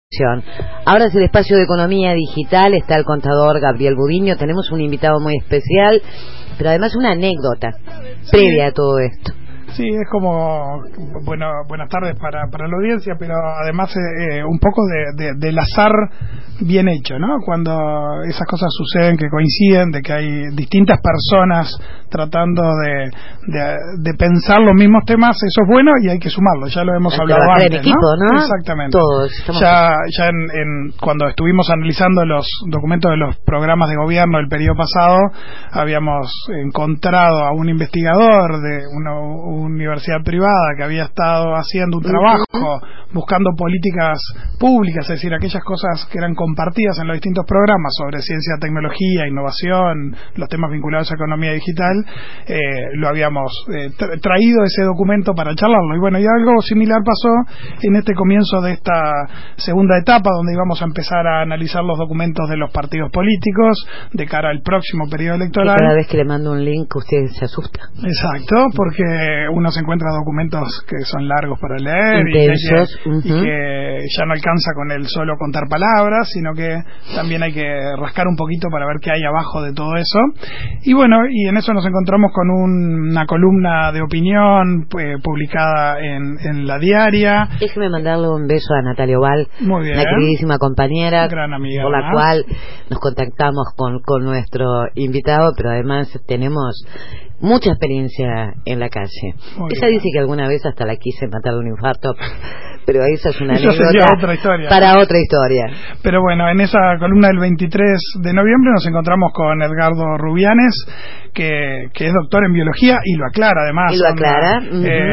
Ahora es el espacio de economía digital, está el contador Gabriel Budiño, tenemos un invitado muy especial, pero además una anécdota previa a todo esto. Sí, es como, bueno, buenas tardes para la audiencia, pero además un poco del azar bien hecho, ¿no? Cuando esas cosas suceden, que coinciden, de que hay distintas personas tratando de pensar los mismos temas, eso es bueno y hay que sumarlo, ya lo hemos hablado antes, equipo, ¿no? Exactamente. Todos. Ya cuando estuvimos analizando los documentos de los programas de gobierno del periodo pasado, habíamos encontrado a un investigador de una universidad privada que había estado haciendo un trabajo buscando políticas públicas, es decir, aquellas cosas que eran compartidas en los distintos programas sobre ciencia, tecnología, innovación, los temas vinculados a economía digital. Lo habíamos traído ese documento para charlarlo, y bueno, y algo similar pasó en este comienzo de esta segunda etapa, donde íbamos a empezar a analizar los documentos de los partidos políticos de cara al próximo periodo electoral. Y cada vez que le mando un link usted se asusta. Exacto, porque uno se encuentra documentos que son largos para leer y que ya no alcanza con el solo contar palabras, sino que también hay que rascar un poquito para ver qué hay abajo de todo eso. Y bueno, y en eso nos encontramos con una columna de opinión publicada en La Diaria. Déjeme mandarle un beso a Natalia Oval, una queridísima compañera, gran amiga, por la cual nos contactamos con nuestro invitado, pero además tenemos mucha experiencia en la calle. Ella dice que alguna vez hasta la quise matar de un infarto, pero esa es una anécdota para otra historia. Pero bueno, en esa columna del 23 de noviembre nos encontramos con Edgardo Rubianes, que es doctor en biología y lo aclara además. Y lo aclara.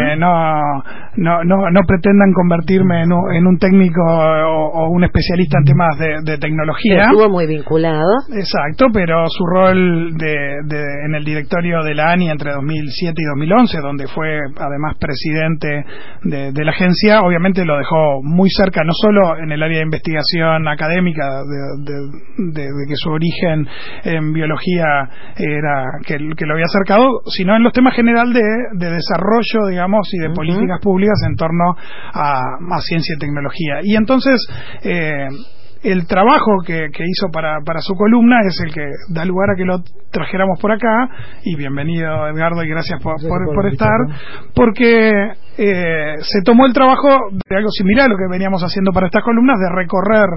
No pretendan convertirme en un técnico o un especialista en temas de tecnología. Estuvo muy vinculado. Exacto, pero su rol en el directorio de la ANI entre 2007 y 2011, donde fue además presidente de la agencia, obviamente lo dejó muy cerca, no solo en el área de investigación académica, de que su origen en biología era que lo había acercado, sino en los temas general de desarrollo, digamos, y de políticas públicas en torno a ciencia y tecnología. Y entonces el trabajo que hizo para su columna es el que da lugar a que lo trajéramos por acá. Y bienvenido, Edgardo, y gracias por estar, porque se tomó el trabajo de algo similar a lo que veníamos haciendo para estas columnas, de recorrer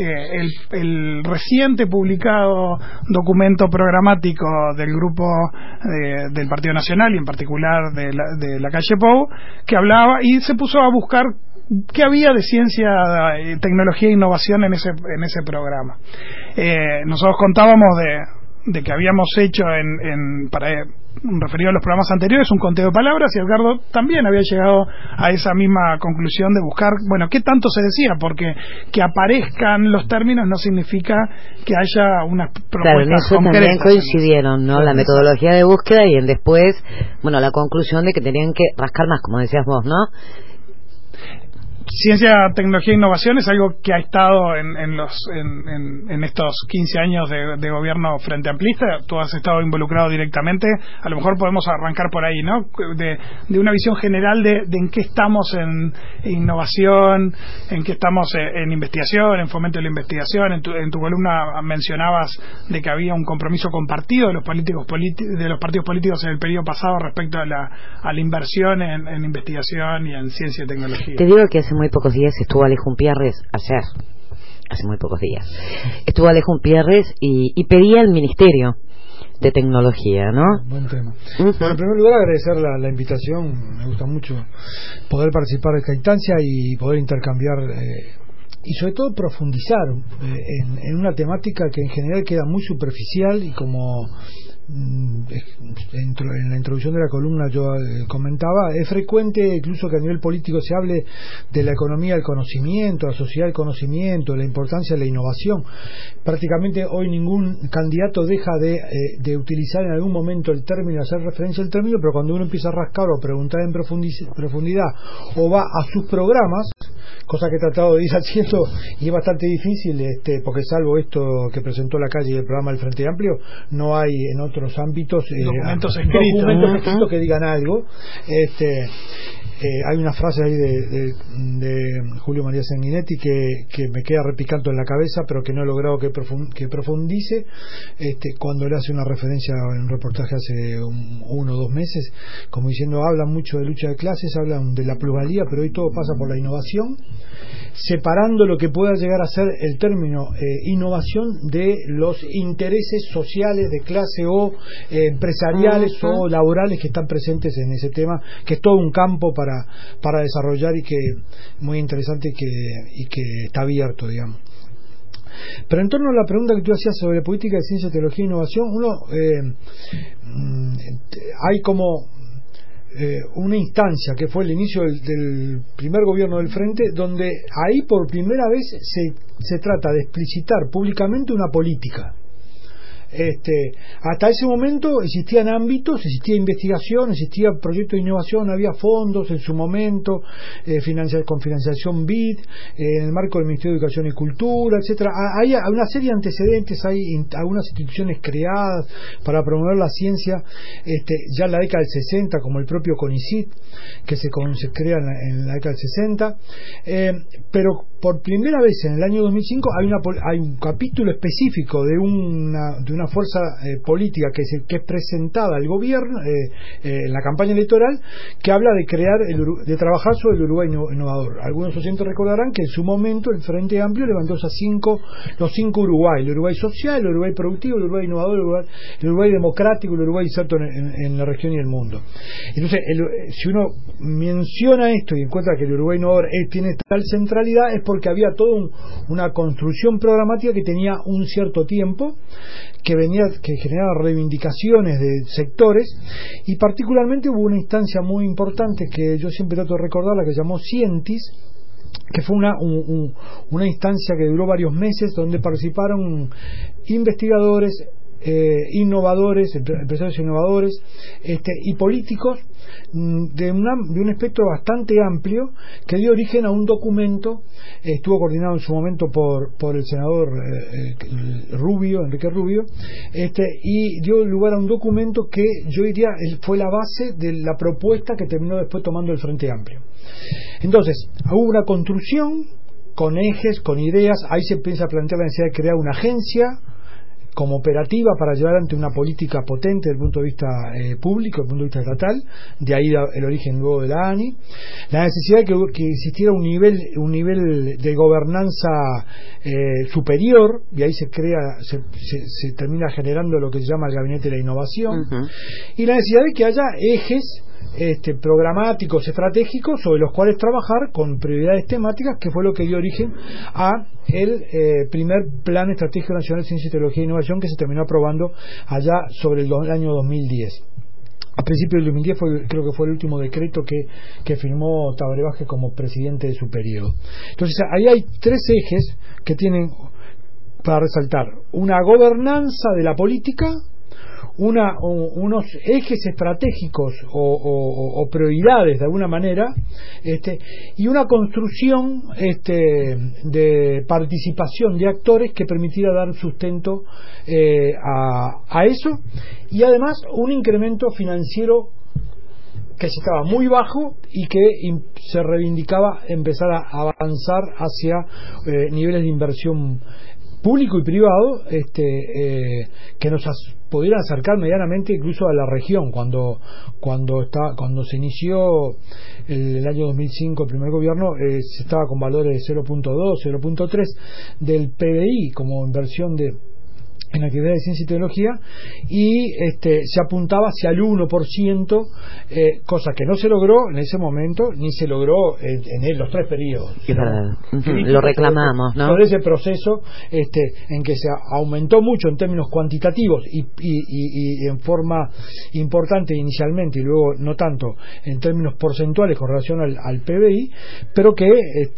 el reciente publicado documento programático del grupo del Partido Nacional, y en particular de la calle Pou, que hablaba y se puso a buscar qué había de ciencia, tecnología e innovación en ese programa. Nosotros contábamos de que habíamos hecho referido a los programas anteriores un conteo de palabras, y Edgardo también había llegado a esa misma conclusión de buscar, bueno, qué tanto se decía, porque que aparezcan los términos no significa que haya unas propuestas concretas. También coincidieron, ¿no? La metodología de búsqueda y después, bueno, la conclusión de que tenían que rascar más, como decías vos, ¿no? Ciencia, tecnología e innovación es algo que ha estado en estos 15 años de gobierno frente amplista. Tú has estado involucrado directamente. A lo mejor podemos arrancar por ahí, ¿no? De una visión general de en qué estamos en innovación, en qué estamos en investigación, en fomento de la investigación. En tu columna mencionabas de que había un compromiso compartido de los partidos políticos en el periodo pasado respecto a la inversión en investigación y en ciencia y tecnología. Te digo que hace muy pocos días estuvo Alejo Umpierres, hace muy pocos días estuvo Alejo Umpierres y pedía al Ministerio de Tecnología, ¿no? Buen tema. Bueno, en primer lugar, agradecer la invitación. Me gusta mucho poder participar de esta instancia y poder intercambiar y sobre todo profundizar en una temática que en general queda muy superficial, y como en la introducción de la columna yo comentaba, es frecuente incluso que a nivel político se hable de la economía del conocimiento, la sociedad del conocimiento, la importancia de la innovación. Prácticamente hoy ningún candidato deja de utilizar en algún momento el término, hacer referencia al término, pero cuando uno empieza a rascar o a preguntar en profundidad o va a sus programas, cosa que he tratado de ir haciendo, y es bastante difícil, porque salvo esto que presentó la calle y el programa del Frente Amplio, no hay en otros ámbitos documentos escritos que digan algo. Hay una frase ahí de Julio María Sanguinetti que me queda repicando en la cabeza, pero que no he logrado que profundice, cuando le hace una referencia en un reportaje hace 1 o 2 meses, como diciendo, hablan mucho de lucha de clases, hablan de la pluralidad, pero hoy todo pasa por la innovación, separando lo que pueda llegar a ser el término innovación de los intereses sociales de clase o empresariales o laborales que están presentes en ese tema, que es todo un campo para desarrollar y que muy interesante y que está abierto, digamos. Pero en torno a la pregunta que tú hacías sobre política de ciencia, tecnología e innovación, hay como una instancia que fue el inicio del primer gobierno del Frente, donde ahí por primera vez se trata de explicitar públicamente una política. Hasta ese momento existían ámbitos, existía investigación, existía proyectos de innovación, había fondos en su momento, con financiación BID, en el marco del Ministerio de Educación y Cultura, etcétera. Hay una serie de antecedentes, hay algunas instituciones creadas para promover la ciencia, ya en la década del 60, como el propio CONICYT, que se crea en la década del 60, pero por primera vez en el año 2005 hay un capítulo específico de una fuerza política que es presentada al gobierno en la campaña electoral, que habla de trabajar sobre el Uruguay innovador. Algunos oyentes recordarán que en su momento el Frente Amplio levantó los 5 Uruguay: el Uruguay social, el Uruguay productivo, el Uruguay innovador, el Uruguay democrático, el Uruguay inserto en la región y el mundo. Entonces, si uno menciona esto y encuentra que el Uruguay innovador tiene tal centralidad, es porque había toda una construcción programática que tenía un cierto tiempo, que generaba reivindicaciones de sectores, y particularmente hubo una instancia muy importante que yo siempre trato de recordar, la que se llamó Cientis, que fue una instancia que duró varios meses, donde participaron investigadores, innovadores, empresarios innovadores, y políticos de un espectro bastante amplio, que dio origen a un documento. Estuvo coordinado en su momento por el senador Enrique Rubio, y dio lugar a un documento que yo diría fue la base de la propuesta que terminó después tomando el Frente Amplio. Entonces, hubo una construcción con ejes, con ideas. Ahí se empieza a plantear la necesidad de crear una agencia como operativa para llevar ante una política potente desde el punto de vista público, desde el punto de vista estatal. De ahí el origen luego de la ANI. La necesidad de que existiera un nivel de gobernanza superior, y ahí se termina generando lo que se llama el Gabinete de la Innovación. Y la necesidad de que haya ejes programáticos, estratégicos, sobre los cuales trabajar con prioridades temáticas, que fue lo que dio origen a el primer Plan Estratégico Nacional de Ciencia, Tecnología e Innovación, que se terminó aprobando allá sobre el año 2010. A principios del 2010 creo que fue el último decreto que firmó Tabaré Vázquez como presidente de su periodo. Entonces ahí hay 3 ejes que tienen, para resaltar, una gobernanza de la política, unos ejes estratégicos o prioridades de alguna manera, y una construcción de participación de actores que permitiera dar sustento a eso, y además un incremento financiero que estaba muy bajo y que se reivindicaba empezar a avanzar hacia niveles de inversión público y privado, que nos pudieran acercar medianamente incluso a la región. Cuando se inició el año 2005 el primer gobierno, se estaba con valores de 0.2, 0.3 del PBI como inversión en actividades de ciencia y tecnología, y se apuntaba hacia el 1%, cosa que no se logró en ese momento, ni se logró en los 3 periodos. Lo reclamamos, ¿no? Todo ese proceso en que se aumentó mucho en términos cuantitativos y en forma importante inicialmente, y luego no tanto en términos porcentuales con relación al PBI, pero que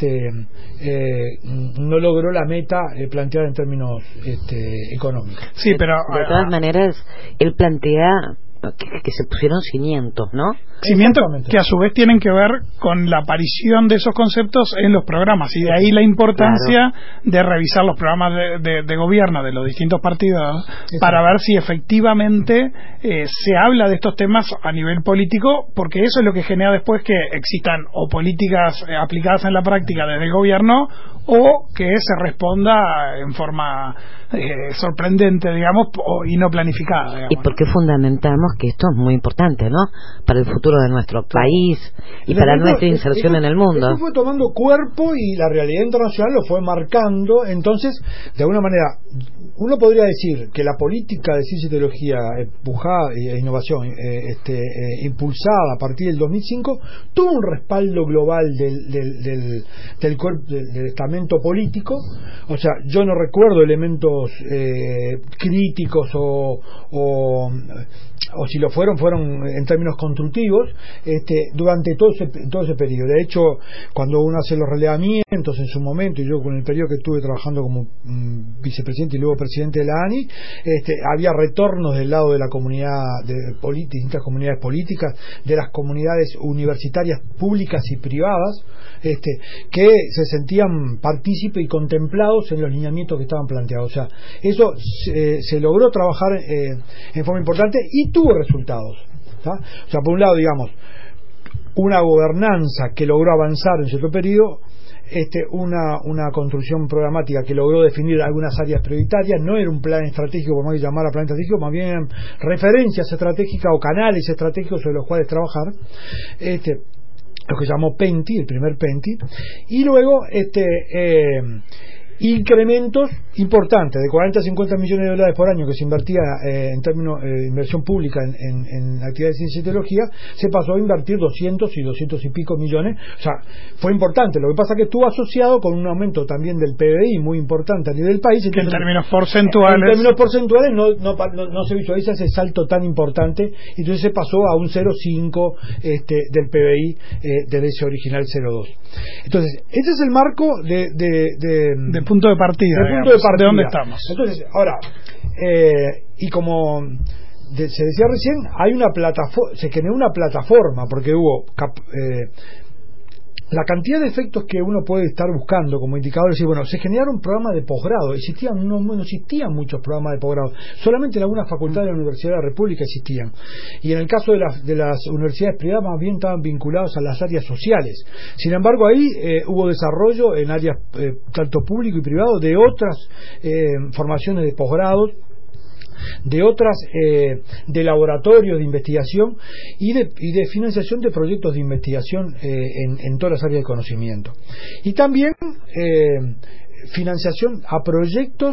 no logró la meta planteada en términos económicos. Sí, pero de todas maneras él plantea que se pusieron cimientos, ¿no? Cimientos que a su vez tienen que ver con la aparición de esos conceptos en los programas, y de ahí la importancia de revisar los programas de gobierno de los distintos partidos para ver si efectivamente se habla de estos temas a nivel político, porque eso es lo que genera después que existan o políticas aplicadas en la práctica desde el gobierno, o que se responda en forma sorprendente, digamos, y no planificada, digamos. ¿Y por qué fundamentamos que esto es muy importante, ¿no? Para el futuro de nuestro país y para nuestra inserción en el mundo. Eso fue tomando cuerpo y la realidad internacional lo fue marcando. Entonces, de alguna manera, uno podría decir que la política de ciencia y tecnología empujada e innovación impulsada a partir del 2005 tuvo un respaldo global del estamento político. O sea, yo no recuerdo elementos críticos o si lo fueron en términos constructivos durante todo ese periodo. De hecho, cuando uno hace los relevamientos en su momento, y yo con el periodo que estuve trabajando como vicepresidente y luego presidente de la ANI, había retornos del lado de la comunidad de distintas comunidades políticas, de las comunidades universitarias públicas y privadas, que se sentían partícipes y contemplados en los lineamientos que estaban planteados. O sea, eso se logró trabajar en forma importante y tuvo resultados, ¿tá? O sea, por un lado, digamos, una gobernanza que logró avanzar en cierto periodo, una construcción programática que logró definir algunas áreas prioritarias. No era un plan estratégico, por más que llamara plan estratégico, más bien eran referencias estratégicas o canales estratégicos sobre los cuales trabajar, lo que llamó PENTI, el primer PENTI, y luego incrementos importantes de 40 a 50 millones de dólares por año que se invertía en términos de inversión pública en actividades de ciencia y tecnología, se pasó a invertir 200 y pico millones. O sea, fue importante. Lo que pasa es que estuvo asociado con un aumento también del PBI muy importante a nivel del país. Que en términos porcentuales no se visualiza ese salto tan importante, y entonces se pasó a un 0,5 del PBI desde ese original 0,2. Entonces, ese es el marco de punto de partida, de dónde estamos. Entonces, ahora, y como se decía recién, hay una plataforma, se generó una plataforma, porque hubo la cantidad de efectos que uno puede estar buscando como indicador. Es decir, bueno, se generaron programas de posgrado. No existían muchos programas de posgrado, solamente en algunas facultades de la Universidad de la República existían, y en el caso de las universidades privadas más bien estaban vinculados a las áreas sociales. Sin embargo, ahí hubo desarrollo en áreas tanto público y privado de otras formaciones de posgrados, de otras de laboratorios de investigación y de financiación de proyectos de investigación en todas las áreas de conocimiento, y también financiación a proyectos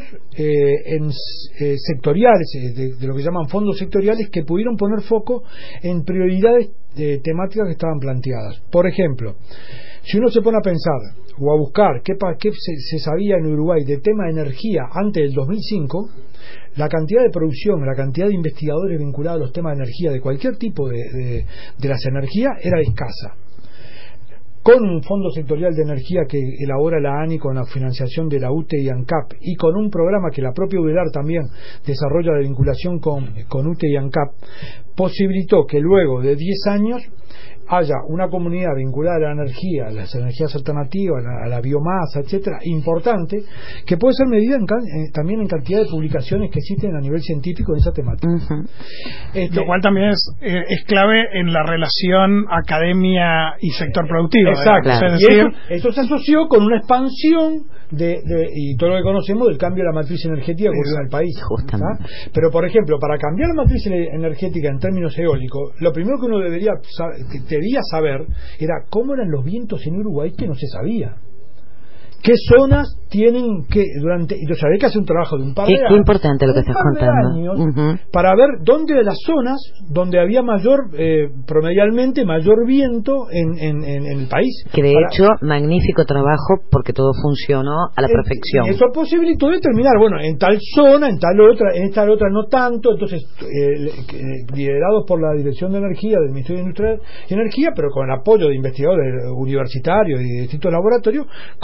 sectoriales, de lo que llaman fondos sectoriales, que pudieron poner foco en prioridades temáticas que estaban planteadas. Por ejemplo, si uno se pone a pensar o a buscar qué se sabía en Uruguay de tema de energía antes del 2005, la cantidad de producción, la cantidad de investigadores vinculados a los temas de energía, de cualquier tipo de las energías, era escasa. Con un fondo sectorial de energía que elabora la ANI con la financiación de la UTE y ANCAP, y con un programa que la propia UDELAR también desarrolla de vinculación con UTE y ANCAP, posibilitó que luego de 10 años haya una comunidad vinculada a la energía, a las energías alternativas, a la biomasa, etcétera, importante, que puede ser medida también en cantidad de publicaciones que existen a nivel científico en esa temática. Lo cual también es clave en la relación academia y sector productivo. Exacto. Claro. Es decir, eso se asoció con una expansión y todo lo que conocemos del cambio de la matriz energética que ocurrió en el país. Pero, por ejemplo, para cambiar la matriz energética en términos eólicos, lo primero que uno debía saber era cómo eran los vientos en Uruguay, que no se sabía. ¿Qué zonas tienen que entonces había que hacer un trabajo de un par de años? Qué importante lo que estás contando. Para ver dónde de las zonas donde había promedialmente mayor viento en el país. Que de hecho, magnífico trabajo, porque todo funcionó a la perfección. Eso posibilitó determinar, bueno, en tal zona, en esta otra no tanto. Entonces, liderados por la Dirección de Energía del Ministerio de Industria y Energía, pero con el apoyo de investigadores universitarios y de distintos laboratorios, constituyeron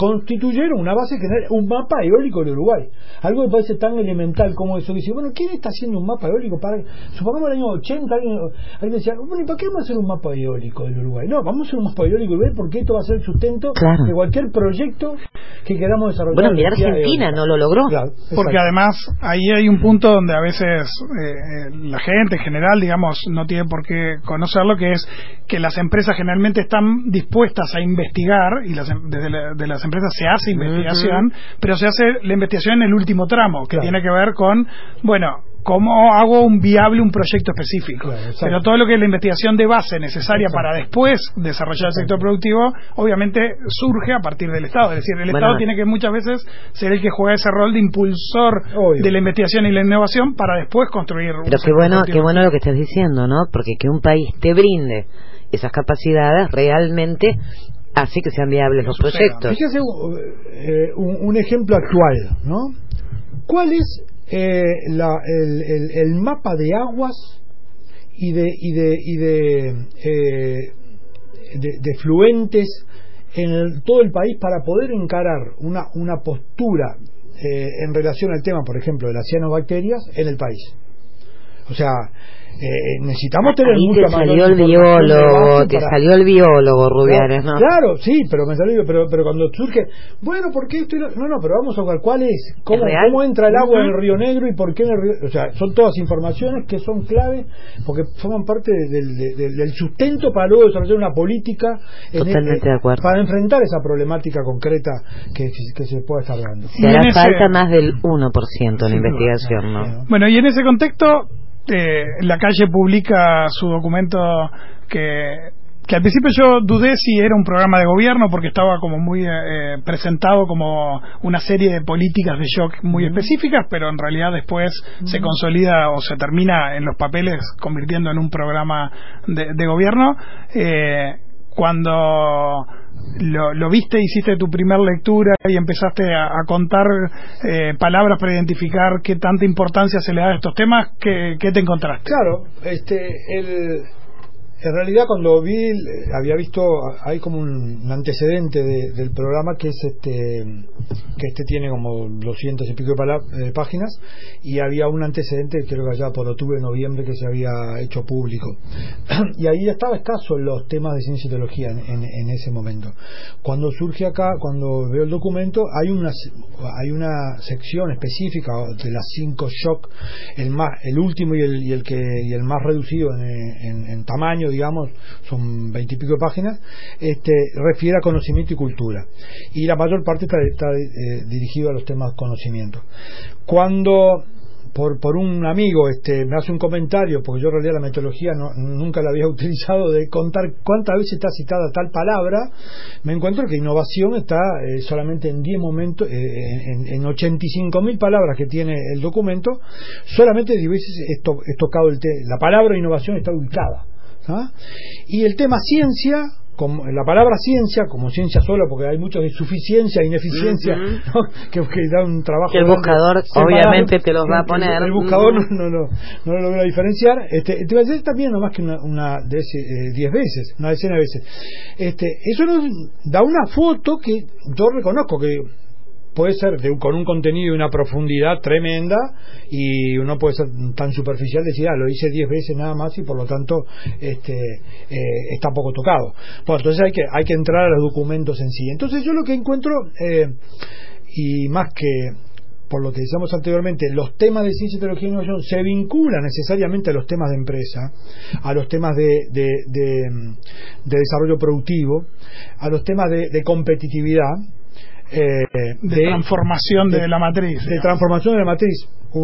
constituyeron una base que era un mapa eólico del Uruguay. Algo que parece tan elemental como eso. Dice, bueno, ¿quién está haciendo un mapa eólico? Supongamos el año 80, alguien decía, bueno, ¿y para qué vamos a hacer un mapa eólico del Uruguay? No, vamos a hacer un mapa eólico y ver porque esto va a ser el sustento de cualquier proyecto que queramos desarrollar. Bueno, mira, Argentina no lo logró. Claro, porque además ahí hay un punto donde a veces la gente en general, digamos, no tiene por qué conocerlo, que es que las empresas generalmente están dispuestas a investigar, y desde las empresas se hace investigación, pero se hace la investigación en el último tramo, que tiene que ver con, bueno, ¿cómo hago viable un proyecto específico? Pero todo lo que es la investigación de base necesaria para después desarrollar el sector productivo, obviamente surge a partir del Estado. Es decir, el Estado tiene que muchas veces ser el que juega ese rol de impulsor de la investigación y la innovación para después construir un Pero qué bueno lo que estás diciendo, ¿no? Porque que un país te brinde esas capacidades realmente hace que sean viables los proyectos. Fíjese un ejemplo actual, ¿no? ¿Cuál es el mapa de aguas y de fluentes en todo el país para poder encarar una postura en relación al tema, por ejemplo, de las cianobacterias en el país? O sea, necesitamos tener ahí mucha te salió el biólogo, salió el biólogo Rubianes, ¿no? Claro, sí, pero me salió, pero cuando surge, bueno, ¿por qué esto? No, pero vamos a ver cuál es, cómo entra el agua en el Río Negro y por qué en el Río, o sea, son todas informaciones que son clave porque forman parte del sustento para luego desarrollar una política totalmente de acuerdo, para enfrentar esa problemática concreta que se pueda estar dando. Se hará falta más del 1% en la investigación, ¿no? Bueno, y en ese contexto la Calle publica su documento que al principio yo dudé si era un programa de gobierno porque estaba como muy presentado como una serie de políticas de shock muy específicas, pero en realidad después se consolida o se termina en los papeles convirtiendo en un programa de gobierno. Cuando lo viste, hiciste tu primer lectura y empezaste a contar palabras para identificar qué tanta importancia se le da a estos temas, ¿qué te encontraste? Claro, en realidad cuando había visto, hay como un antecedente del programa que es que tiene como 200 y pico de páginas, y había un antecedente, creo que allá por octubre, noviembre, que se había hecho público, y ahí ya estaba escaso los temas de ciencia y tecnología en ese momento. Cuando surge acá, cuando veo el documento, hay una sección específica de las 5 shock, el último y el más reducido en tamaño, digamos, son 20 y pico de páginas, refiere a conocimiento y cultura, y la mayor parte está dirigido a los temas conocimiento. Cuando por un amigo me hace un comentario, porque yo en realidad la metodología nunca la había utilizado, de contar cuántas veces está citada tal palabra, me encuentro que innovación está solamente en 10 momentos, en 85.000 palabras que tiene el documento, solamente 10 veces es tocado la palabra innovación está ubicada. Y el tema ciencia, como la palabra ciencia, como ciencia sola, porque hay mucho de suficiencia e ineficiencia, ¿no? que da un trabajo. Que el buscador obviamente te los va a poner. El buscador no lo logra diferenciar. Te va a decir también no más que una de 10 veces, una decena de veces. Eso nos da una foto que yo reconozco que puede ser con un contenido y una profundidad tremenda, y uno puede ser tan superficial decir, lo hice 10 veces nada más y por lo tanto está poco tocado. Bueno, entonces hay que entrar a los documentos en sí. Entonces yo lo que encuentro, y más que por lo que decíamos anteriormente, los temas de ciencia, tecnología y innovación se vinculan necesariamente a los temas de empresa, a los temas de desarrollo productivo, a los temas de competitividad, de transformación de la matriz. De transformación de la matriz.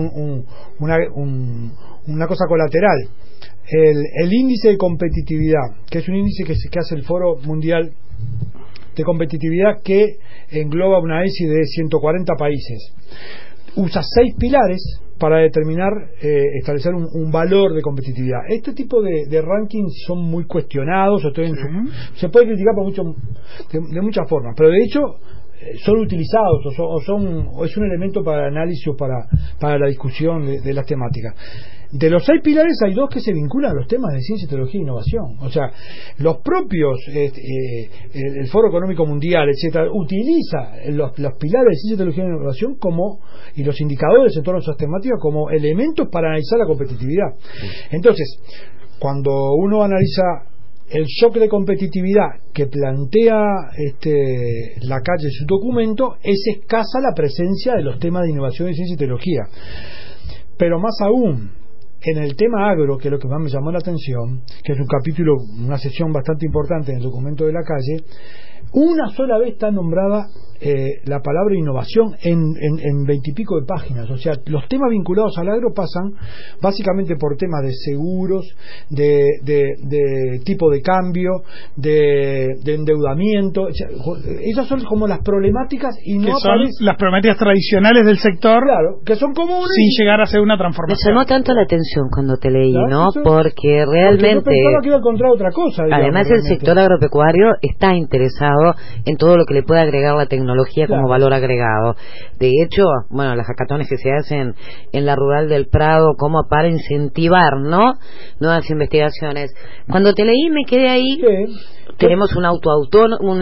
Una cosa colateral. El índice de competitividad, que es un índice que hace el Foro Mundial de Competitividad, que engloba una ESI de 140 países. Usa 6 pilares para determinar, establecer un valor de competitividad. Este tipo de rankings son muy cuestionados, se puede criticar de muchas formas, pero de hecho son utilizados o es un elemento para el análisis o para la discusión de las temáticas. de los 6 pilares hay 2 que se vinculan a los temas de ciencia, tecnología e innovación. O sea, los propios, el Foro Económico Mundial, etcétera, utiliza los pilares de ciencia, tecnología e innovación y los indicadores en torno a esas temáticas como elementos para analizar la competitividad. Entonces, cuando uno analiza el shock de competitividad que plantea la calle en su documento, es escasa la presencia de los temas de innovación y ciencia y tecnología. Pero más aún, en el tema agro, que es lo que más me llamó la atención, que es un capítulo, una sección bastante importante en el documento de la calle, una sola vez está nombrada la palabra innovación en 20 y pico de páginas. O sea, los temas vinculados al agro pasan básicamente por temas de seguros, de tipo de cambio, de endeudamiento. O sea, esas son como las problemáticas y no son las problemáticas tradicionales del sector, claro, que son comunes sin llegar a ser una transformación. Me llamó tanto la atención cuando te leí, ¿no? Porque realmente, yo pensaba que iba a encontrar otra cosa, digamos, además el sector agropecuario está interesado en todo lo que le pueda agregar la tecnología como valor agregado. De hecho, bueno, las hackatones que se hacen en la rural del Prado como para incentivar, ¿no?, nuevas investigaciones. Cuando te leí me quedé ahí. Tenemos un autónomo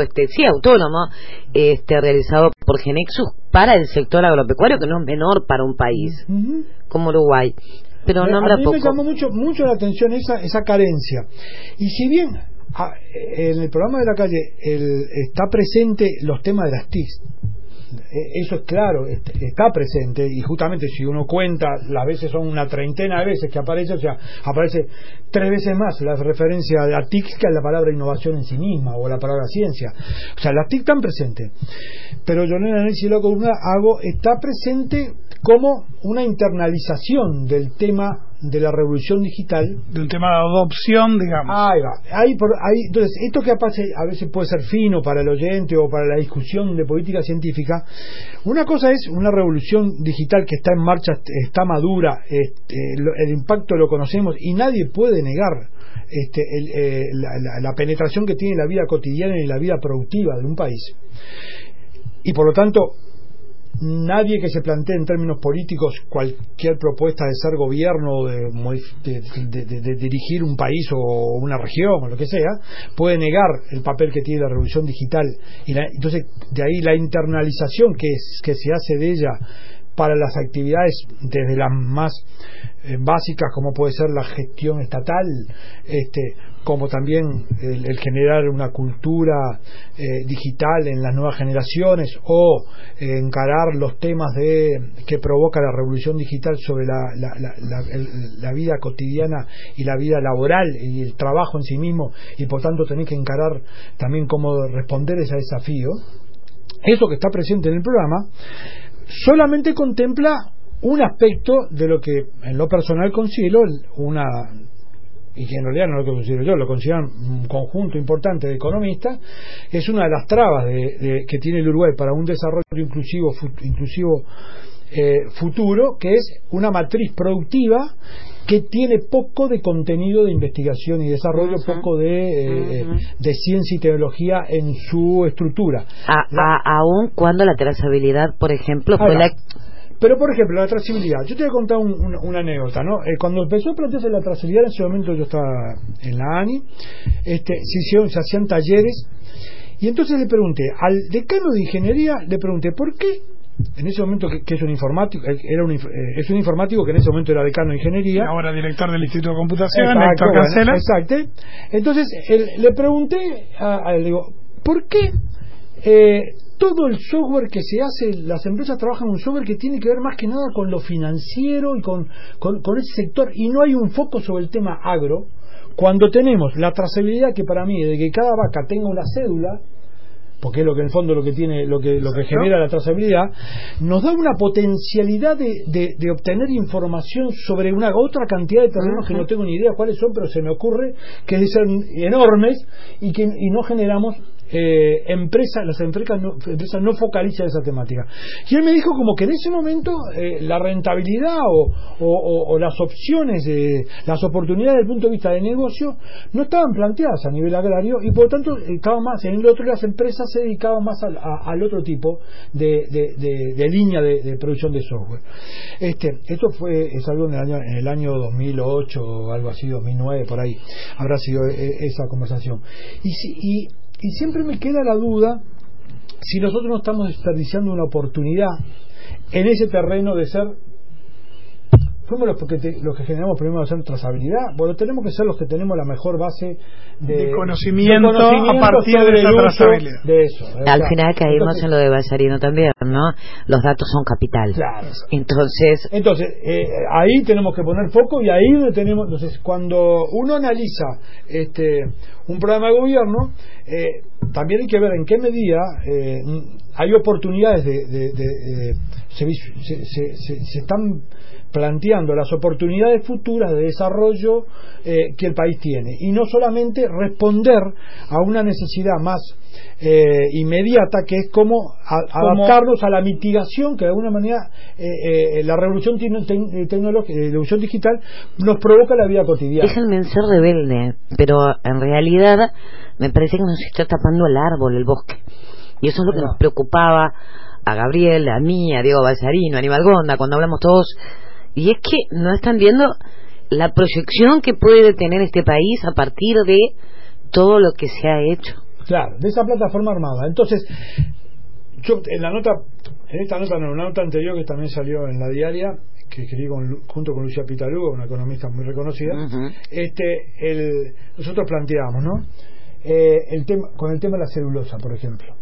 realizado por Genexus para el sector agropecuario, que no es menor para un país como Uruguay, pero nombra poco. A mí me llamó mucho la atención esa carencia. Y si bien en el programa de la calle está presente los temas de las TIC, eso es claro, está presente, y justamente si uno cuenta, las veces son una treintena de veces que aparece, o sea, aparece 3 veces más la referencia a la TIC que a la palabra innovación en sí misma, o la palabra ciencia. O sea, las TIC están presentes, pero yo en el análisis de la columna está presente como una internalización del tema de la revolución digital, del tema de adopción, digamos. Ahí va. Entonces, esto que a veces puede ser fino para el oyente o para la discusión de política científica. Una cosa es una revolución digital que está en marcha, está madura, el impacto lo conocemos y nadie puede negar la penetración que tiene en la vida cotidiana y en la vida productiva de un país. Y por lo tanto, nadie que se plantee en términos políticos cualquier propuesta de ser gobierno, de dirigir un país o una región o lo que sea, puede negar el papel que tiene la revolución digital. Entonces, de ahí la internalización que se hace de ella para las actividades, desde las más básicas, como puede ser la gestión estatal, como también el generar una cultura digital en las nuevas generaciones, o encarar los temas que provoca la revolución digital sobre la vida cotidiana y la vida laboral y el trabajo en sí mismo, y por tanto tener que encarar también cómo responder a ese desafío. Eso que está presente en el programa solamente contempla un aspecto de lo que en lo personal considero y que en realidad no lo considero yo, lo consideran un conjunto importante de economistas, es una de las trabas que tiene el Uruguay para un desarrollo inclusivo futuro, que es una matriz productiva que tiene poco de contenido de investigación y desarrollo, poco de ciencia y tecnología en su estructura. Aún cuando la trazabilidad, por ejemplo, fue Pero, por ejemplo, la trazabilidad. Yo te voy a contar una anécdota, ¿no? Cuando empezó a plantearse la trazabilidad, en ese momento yo estaba en la ANI, se hacían talleres, y entonces le pregunté al decano de ingeniería, ¿por qué? En ese momento, que es un informático, es un informático que en ese momento era decano de ingeniería, ahora director del Instituto de Computación, Héctor Cancela. Exacto. Entonces le pregunté, le digo, ¿por qué todo el software que se hace, las empresas trabajan un software que tiene que ver más que nada con lo financiero y con ese sector, y no hay un foco sobre el tema agro, cuando tenemos la trazabilidad, que para mí, de que cada vaca tenga una cédula, porque es lo que en el fondo lo que genera la trazabilidad, nos da una potencialidad de obtener información sobre una otra cantidad de terrenos que no tengo ni idea cuáles son, pero se me ocurre que son enormes y no generamos las empresas no focalizan esa temática. Y él me dijo como que en ese momento la rentabilidad o las opciones, las oportunidades desde el punto de vista de negocio no estaban planteadas a nivel agrario, y por lo tanto estaban más en el otro, las empresas se dedicaban más al otro tipo de línea de producción de software. Esto es algo en el año 2008 o algo así, 2009, por ahí habrá sido esa conversación. Y siempre me queda la duda si nosotros no estamos desperdiciando una oportunidad en ese terreno de ser... Fuimos los que generamos problemas de hacer trazabilidad. Bueno, tenemos que ser los que tenemos la mejor base de conocimiento a partir de esa trazabilidad. De eso. Al final caímos en lo de Ballarino también, ¿no? Los datos son capital. Claro. Entonces ahí tenemos que poner foco y ahí donde tenemos. Entonces, cuando uno analiza un programa de gobierno, también hay que ver en qué medida hay oportunidades se están planteando las oportunidades futuras de desarrollo que el país tiene, y no solamente responder a una necesidad más inmediata, que es como adaptarnos a la mitigación que de alguna manera la revolución tecnológica, la revolución digital nos provoca la vida cotidiana. Déjenme ser rebelde, pero en realidad me parece que nos está tapando el árbol, el bosque, y eso es lo que nos preocupaba a Gabriel, a mí, a Diego Ballarino, a Aníbal Gonda, cuando hablamos todos. Y es que no están viendo la proyección que puede tener este país a partir de todo lo que se ha hecho. Claro, de esa plataforma armada. Entonces, yo en una nota anterior que también salió en La Diaria, que escribí junto con Lucía Pitaluga, una economista muy reconocida, nosotros planteamos, ¿no? Con el tema de la celulosa, por ejemplo.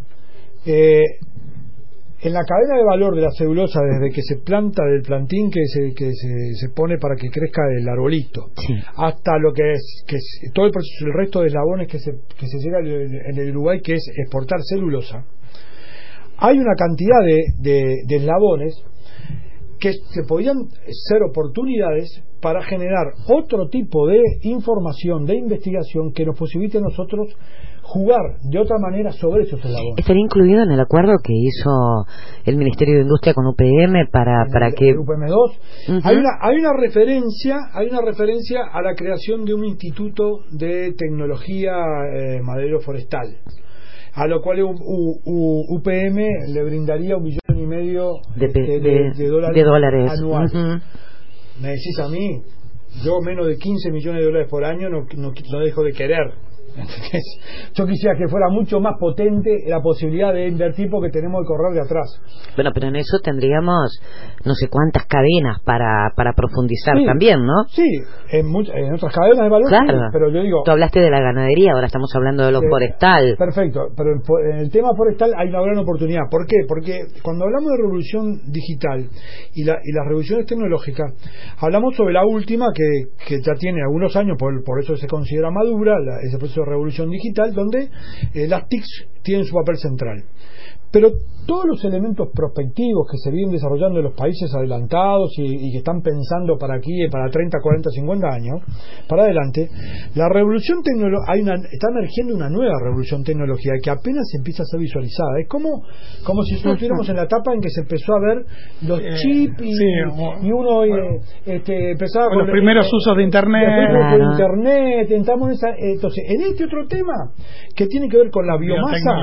En la cadena de valor de la celulosa, desde que se planta del plantín que se pone para que crezca el arbolito, sí, hasta lo que es todo el proceso, el resto de eslabones que se llega en el Uruguay, que es exportar celulosa, hay una cantidad de eslabones que podían ser oportunidades para generar otro tipo de información, de investigación que nos posibilite a nosotros jugar de otra manera sobre esos eslabones. ¿Estaría incluido en el acuerdo que hizo el Ministerio de Industria con UPM para que UPM2? Hay una referencia a la creación de un instituto de tecnología madero forestal, a lo cual UPM le brindaría $1,5 millones de dólares anuales. Me decís a mí, yo menos de $15 millones por año no dejo de querer. Entonces, yo quisiera que fuera mucho más potente la posibilidad de invertir, porque tenemos que correr de atrás. Bueno, pero en eso tendríamos no sé cuántas cadenas para profundizar, sí, también, ¿no? Sí, en otras cadenas de valor, claro, sí, pero yo digo... Tú hablaste de la ganadería, ahora estamos hablando de lo forestal. Perfecto, pero en el tema forestal hay una gran oportunidad. ¿Por qué? Porque cuando hablamos de revolución digital y las revoluciones tecnológicas, hablamos sobre la última, que ya tiene algunos años, por eso se considera madura, ese proceso de revolución digital, donde las TICs tienen su papel central. Pero todos los elementos prospectivos que se vienen desarrollando en los países adelantados y que están pensando para aquí, para 30, 40, 50 años para adelante, la revolución tecnológica, está emergiendo una nueva revolución tecnológica que apenas se empieza a ser visualizada. Es como si nosotros estuviéramos en la etapa en que se empezó a ver los chips y uno empezaba con los primeros usos de Internet. Claro. Internet, entramos entonces, en este otro tema que tiene que ver con la biomasa,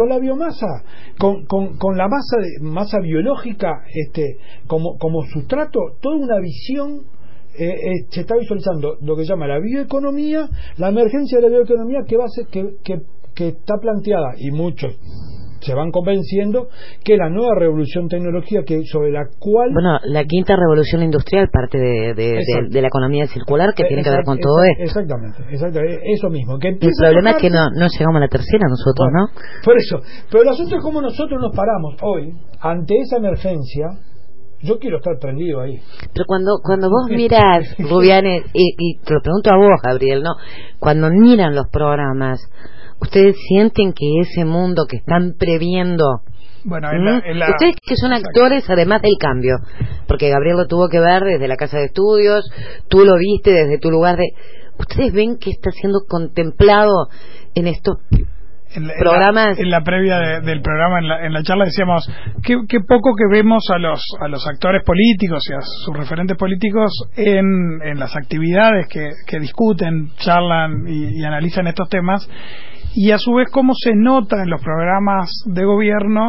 con la masa biológica como sustrato, toda una visión se está visualizando lo que se llama la bioeconomía, la emergencia de la bioeconomía, que va a ser que está planteada, y muchos se van convenciendo que la nueva revolución tecnológica sobre la cual... Bueno, la quinta revolución industrial parte de la economía circular, que tiene que ver con todo esto. Exactamente, eso mismo. Que el problema es que no llegamos a la tercera nosotros, bueno, ¿no? Por eso, pero el asunto es cómo nosotros nos paramos hoy ante esa emergencia. Yo quiero estar prendido ahí. Pero cuando vos mirás, Rubianes, y te lo pregunto a vos, Gabriel, ¿no? Cuando miran los programas, ¿ustedes sienten que ese mundo que están previendo... Bueno, ustedes que son actores además del cambio, porque Gabriel lo tuvo que ver desde la casa de estudios, tú lo viste desde tu lugar de... ¿Ustedes ven que está siendo contemplado en estos programas? En la previa del programa, en la charla decíamos qué poco que vemos a los actores políticos y a sus referentes políticos en las actividades que discuten, charlan y analizan estos temas, y a su vez cómo se nota en los programas de gobierno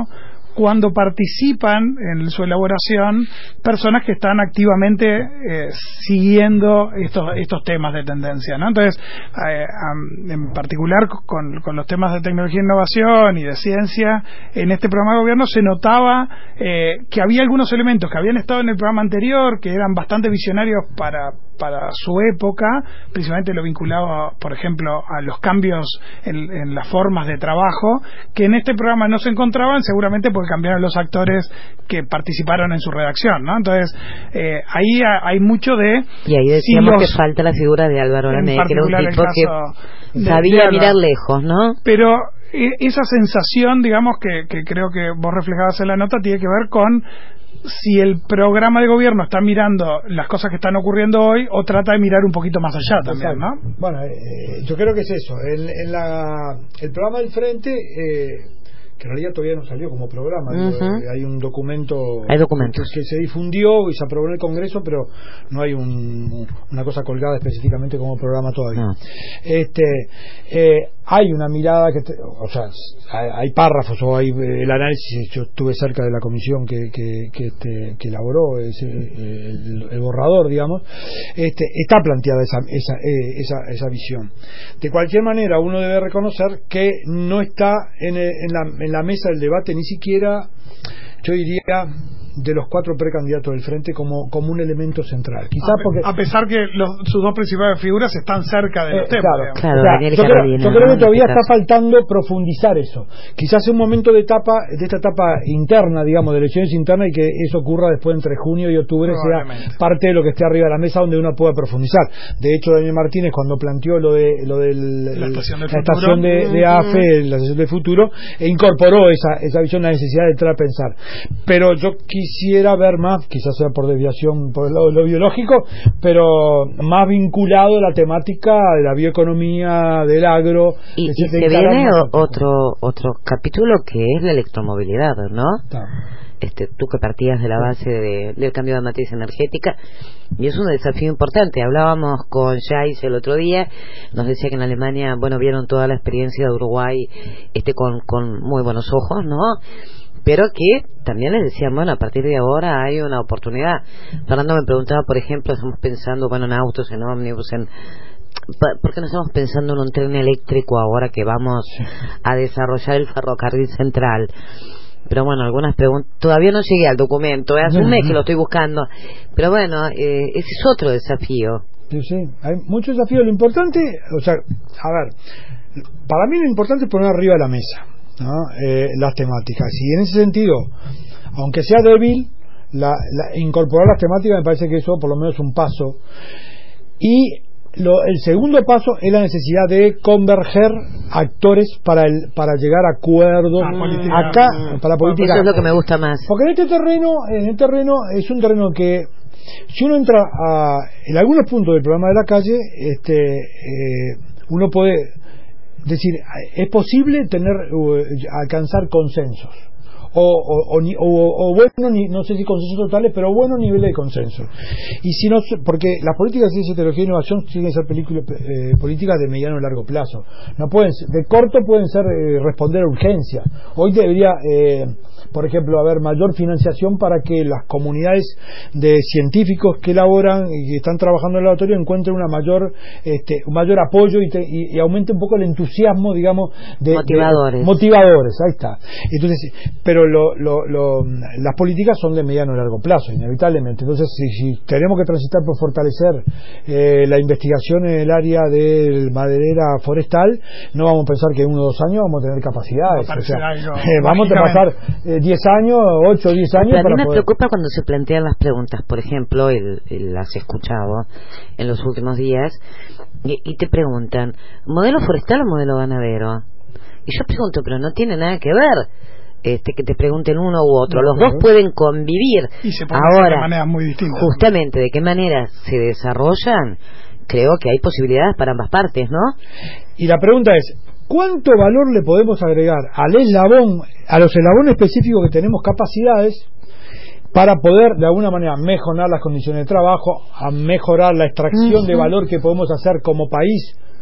cuando participan en su elaboración personas que están activamente siguiendo estos temas de tendencia, ¿no? Entonces, en particular con los temas de tecnología e innovación y de ciencia, en este programa de gobierno se notaba que había algunos elementos que habían estado en el programa anterior, que eran bastante visionarios para su época, principalmente lo vinculado, por ejemplo, a los cambios en las formas de trabajo, que en este programa no se encontraban, seguramente porque cambiaron los actores que participaron en su redacción, ¿no? Entonces, ahí hay mucho de... Y ahí decíamos que falta la figura de Álvaro Lamet, que era un tipo que sabía mirar lejos, ¿no? Pero esa sensación, digamos, que creo que vos reflejabas en la nota, tiene que ver con si el programa de gobierno está mirando las cosas que están ocurriendo hoy o trata de mirar un poquito más allá también, ¿no? Bueno, yo creo que es eso. El programa del Frente, que en realidad todavía no salió como programa, hay un documento que se difundió y se aprobó en el Congreso, pero no hay una cosa colgada específicamente como programa todavía. No. Hay una mirada hay párrafos o hay el análisis. Yo estuve cerca de la comisión que elaboró el borrador, digamos. Está planteada esa visión. De cualquier manera, uno debe reconocer que no está en la mesa del debate ni siquiera, yo diría, de los 4 precandidatos del Frente como un elemento central. Quizás porque a pesar que sus dos principales figuras están cerca de los temas. Claro, yo creo que todavía está faltando profundizar eso. Quizás es un momento de esta etapa interna, digamos, de elecciones internas, y que eso ocurra después entre junio y octubre, sea parte de lo que esté arriba de la mesa donde uno pueda profundizar. De hecho, Daniel Martínez, cuando planteó lo de la estación de AFE, la estación del futuro, incorporó esa visión, la necesidad de entrar a pensar. Pero yo quisiera ver más, quizás sea por desviación por el lado de lo biológico, pero más vinculado a la temática de la bioeconomía, del agro. Y se viene otro capítulo, que es la electromovilidad, ¿no? Claro. Tú que partías de la base del cambio de matriz energética, y es un desafío importante. Hablábamos con Jais el otro día, nos decía que en Alemania, vieron toda la experiencia de Uruguay con muy buenos ojos, ¿no? Pero que también les decían, a partir de ahora hay una oportunidad. Fernando me preguntaba, por ejemplo, estamos pensando, en autos, en ómnibus, ¿por qué no estamos pensando en un tren eléctrico ahora que vamos a desarrollar el ferrocarril central? Pero algunas preguntas, todavía no llegué al documento, hace un mes que lo estoy buscando, pero ese es otro desafío. Sí, hay muchos desafíos. Lo importante, para mí lo importante es poner arriba de la mesa, ¿no? Las temáticas, y en ese sentido, aunque sea débil, incorporar las temáticas me parece que eso por lo menos es un paso. Y el segundo paso es la necesidad de converger actores para llegar a acuerdos para política. Eso es lo que me gusta más, porque en este terreno es un terreno que, si uno entra en algunos puntos del programa de la calle, uno puede decir, es posible alcanzar consensos no sé si consensos totales, pero buenos niveles de consenso. Y si no, porque las políticas de ciencia, tecnología e innovación tienen que ser políticas de mediano y largo plazo. No pueden ser, de corto pueden ser responder a urgencias. Hoy debería, por ejemplo, haber mayor financiación para que las comunidades de científicos que elaboran y que están trabajando en el laboratorio encuentren un mayor apoyo y aumente un poco el entusiasmo, digamos, motivadores, ahí está. Entonces, pero las políticas son de mediano y largo plazo, inevitablemente. Entonces, si tenemos que transitar por fortalecer la investigación en el área de maderera forestal, no vamos a pensar que en 1 o 2 años vamos a tener capacidades. Vamos a pasar 10 años, 8 o 10 años. A mí me preocupa cuando se plantean las preguntas, por ejemplo, las he escuchado en los últimos días, y te preguntan, ¿modelo forestal o modelo ganadero? Y yo pregunto, pero no tiene nada que ver que te pregunten uno u otro. Los dos pueden convivir. Y se pueden hacer de maneras muy distintas. Justamente, de qué manera se desarrollan, creo que hay posibilidades para ambas partes, ¿no? Y la pregunta es, ¿cuánto valor le podemos agregar a los eslabones específicos que tenemos capacidades para poder de alguna manera mejorar las condiciones de trabajo, a mejorar la extracción de valor que podemos hacer como país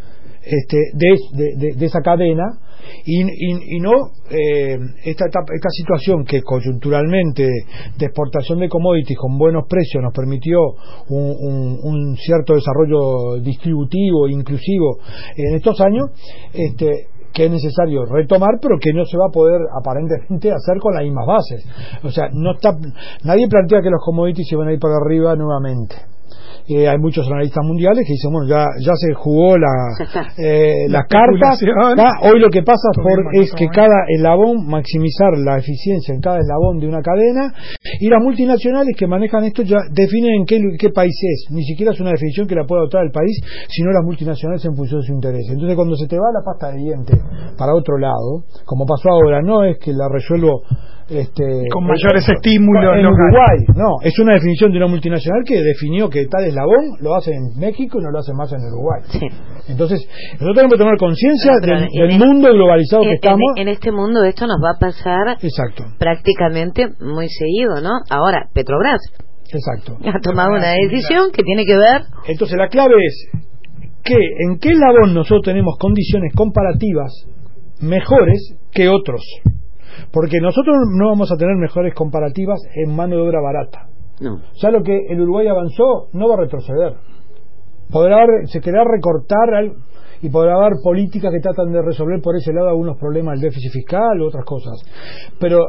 de esa cadena y no esta situación que coyunturalmente de exportación de commodities con buenos precios nos permitió un cierto desarrollo distributivo e inclusivo en estos años, que es necesario retomar, pero que no se va a poder aparentemente hacer con las mismas bases. O sea, nadie plantea que los commodities se van a ir para arriba nuevamente. Hay muchos analistas mundiales que dicen, bueno, ya se jugó las cartas, hoy lo que pasa es que cada eslabón, maximizar la eficiencia en cada eslabón de una cadena, y las multinacionales que manejan esto ya definen en qué país es, ni siquiera es una definición que la pueda adoptar el país, sino las multinacionales en función de su interés. Entonces cuando se te va la pasta de dientes para otro lado, como pasó ahora, no es que la resuelvo con mayores estímulos en Uruguay, no, es una definición de una multinacional que definió que tal eslabón lo hace en México y no lo hace más en Uruguay. Sí. Entonces nosotros tenemos que tomar conciencia del mundo globalizado que estamos. En este mundo esto nos va a pasar prácticamente muy seguido, ¿no? Ahora, Petrobras ha tomado una decisión que tiene que ver. Entonces la clave es que en qué eslabón nosotros tenemos condiciones comparativas mejores que otros. Porque nosotros no vamos a tener mejores comparativas en mano de obra barata. No. Ya lo que el Uruguay avanzó no va a retroceder. Se querrá recortar y podrá haber políticas que tratan de resolver por ese lado algunos problemas del déficit fiscal u otras cosas. Pero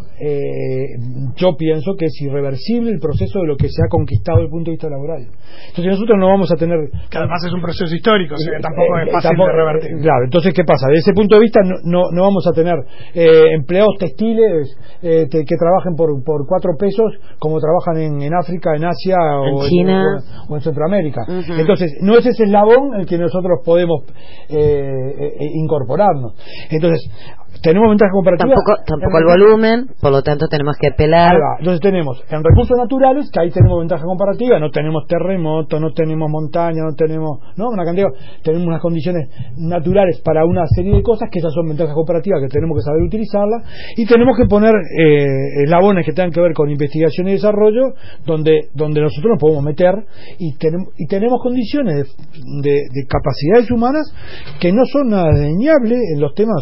yo pienso que es irreversible el proceso de lo que se ha conquistado desde el punto de vista laboral. Entonces nosotros no vamos a tener... Que además es un proceso histórico, o sea que tampoco es fácil de revertir. Claro, entonces ¿qué pasa? Desde ese punto de vista no vamos a tener empleados textiles que trabajen por 4 pesos como trabajan en África, en Asia en China o en Centroamérica. Uh-huh. Entonces no es ese eslabón en el que nosotros podemos incorporarnos. Entonces tenemos ventajas comparativas, tampoco el volumen, por lo tanto tenemos que apelar. Entonces tenemos en recursos naturales, que ahí tenemos ventaja comparativa, no tenemos terremotos, no tenemos montaña, no tenemos una cantidad, tenemos unas condiciones naturales para una serie de cosas que esas son ventajas comparativas que tenemos que saber utilizarlas, y tenemos que poner eslabones que tengan que ver con investigación y desarrollo donde nosotros nos podemos meter y tenemos condiciones de capacidades humanas que no son nada desdeñables en los temas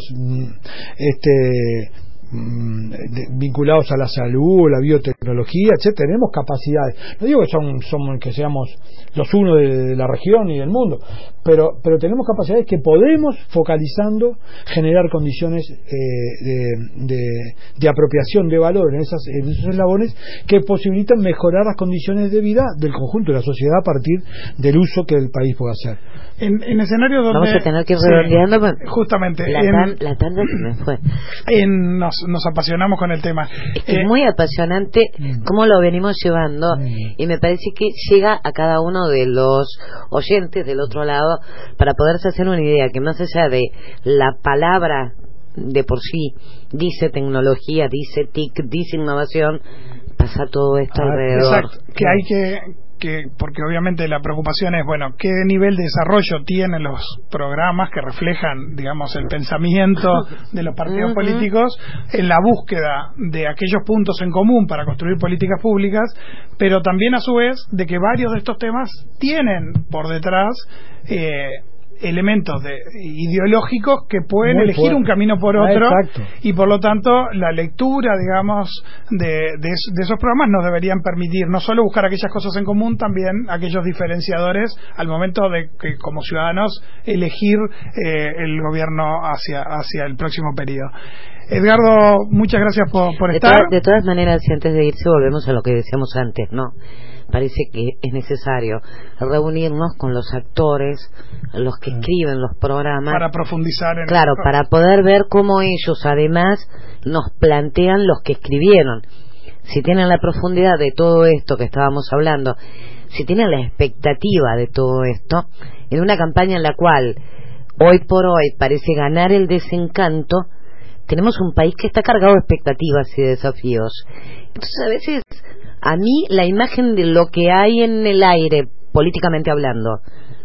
vinculados a la salud, la biotecnología, etcétera. Tenemos capacidades. No digo que seamos los unos de la región y del mundo, pero tenemos capacidades que podemos, focalizando, generar condiciones de apropiación de valor en esos eslabones que posibilitan mejorar las condiciones de vida del conjunto de la sociedad a partir del uso que el país pueda hacer. En escenarios donde vamos a tener que ir redondeando, justamente la tanda se me fue. Nos apasionamos con el tema. Es muy apasionante cómo lo venimos llevando, y me parece que llega a cada uno de los oyentes del otro lado para poderse hacer una idea que más allá de la palabra de por sí, dice tecnología, dice TIC, dice innovación, pasa todo esto alrededor. Exacto, que hay porque obviamente la preocupación es, qué nivel de desarrollo tienen los programas que reflejan, digamos, el pensamiento de los partidos políticos en la búsqueda de aquellos puntos en común para construir políticas públicas, pero también a su vez de que varios de estos temas tienen por detrás elementos ideológicos que pueden elegir un camino por otro, y por lo tanto la lectura, digamos, de esos programas nos deberían permitir no solo buscar aquellas cosas en común, también aquellos diferenciadores al momento de que como ciudadanos elegir el gobierno hacia el próximo periodo. Edgardo, muchas gracias por estar. De todas maneras, y antes de irse volvemos a lo que decíamos antes, ¿no? Parece que es necesario reunirnos con los actores, los que escriben los programas, para profundizar en para poder ver cómo ellos además nos plantean los que escribieron, si tienen la profundidad de todo esto que estábamos hablando, si tienen la expectativa de todo esto, en una campaña en la cual hoy por hoy parece ganar el desencanto. Tenemos un país que está cargado de expectativas y desafíos. Entonces a veces a mí la imagen de lo que hay en el aire, políticamente hablando,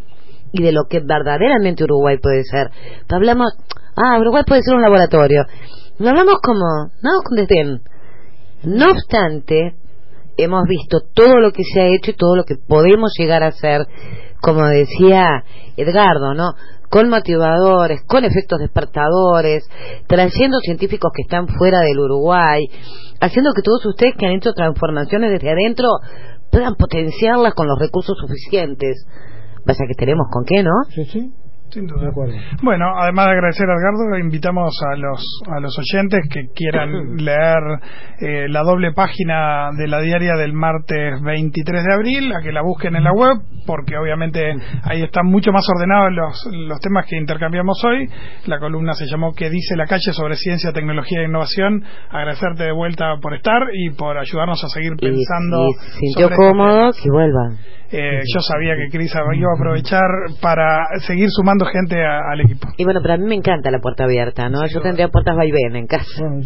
y de lo que verdaderamente Uruguay puede ser. Hablamos, Uruguay puede ser un laboratorio. Lo hablamos como, no con desdén. No obstante, hemos visto todo lo que se ha hecho y todo lo que podemos llegar a hacer, como decía Edgardo, ¿no? con motivadores, con efectos despertadores, trayendo científicos que están fuera del Uruguay, haciendo que todos ustedes que han hecho transformaciones desde adentro puedan potenciarlas con los recursos suficientes. Vaya que tenemos con qué, ¿no? Sí, sí. Sin duda. Bueno, además de agradecer a Edgardo, invitamos a los oyentes que quieran leer la doble página de la diaria del martes 23 de abril, a que la busquen en la web, porque obviamente ahí están mucho más ordenados los temas que intercambiamos hoy. La columna se llamó ¿Qué dice la calle sobre ciencia, tecnología e innovación? Agradecerte de vuelta por estar y por ayudarnos a seguir pensando. Y se sintió cómodo, que vuelvan. Yo sabía que Cris iba a aprovechar para seguir sumando gente al equipo. Y bueno, pero a mí me encanta la puerta abierta, ¿no? Yo tendría puertas vaivén en casa.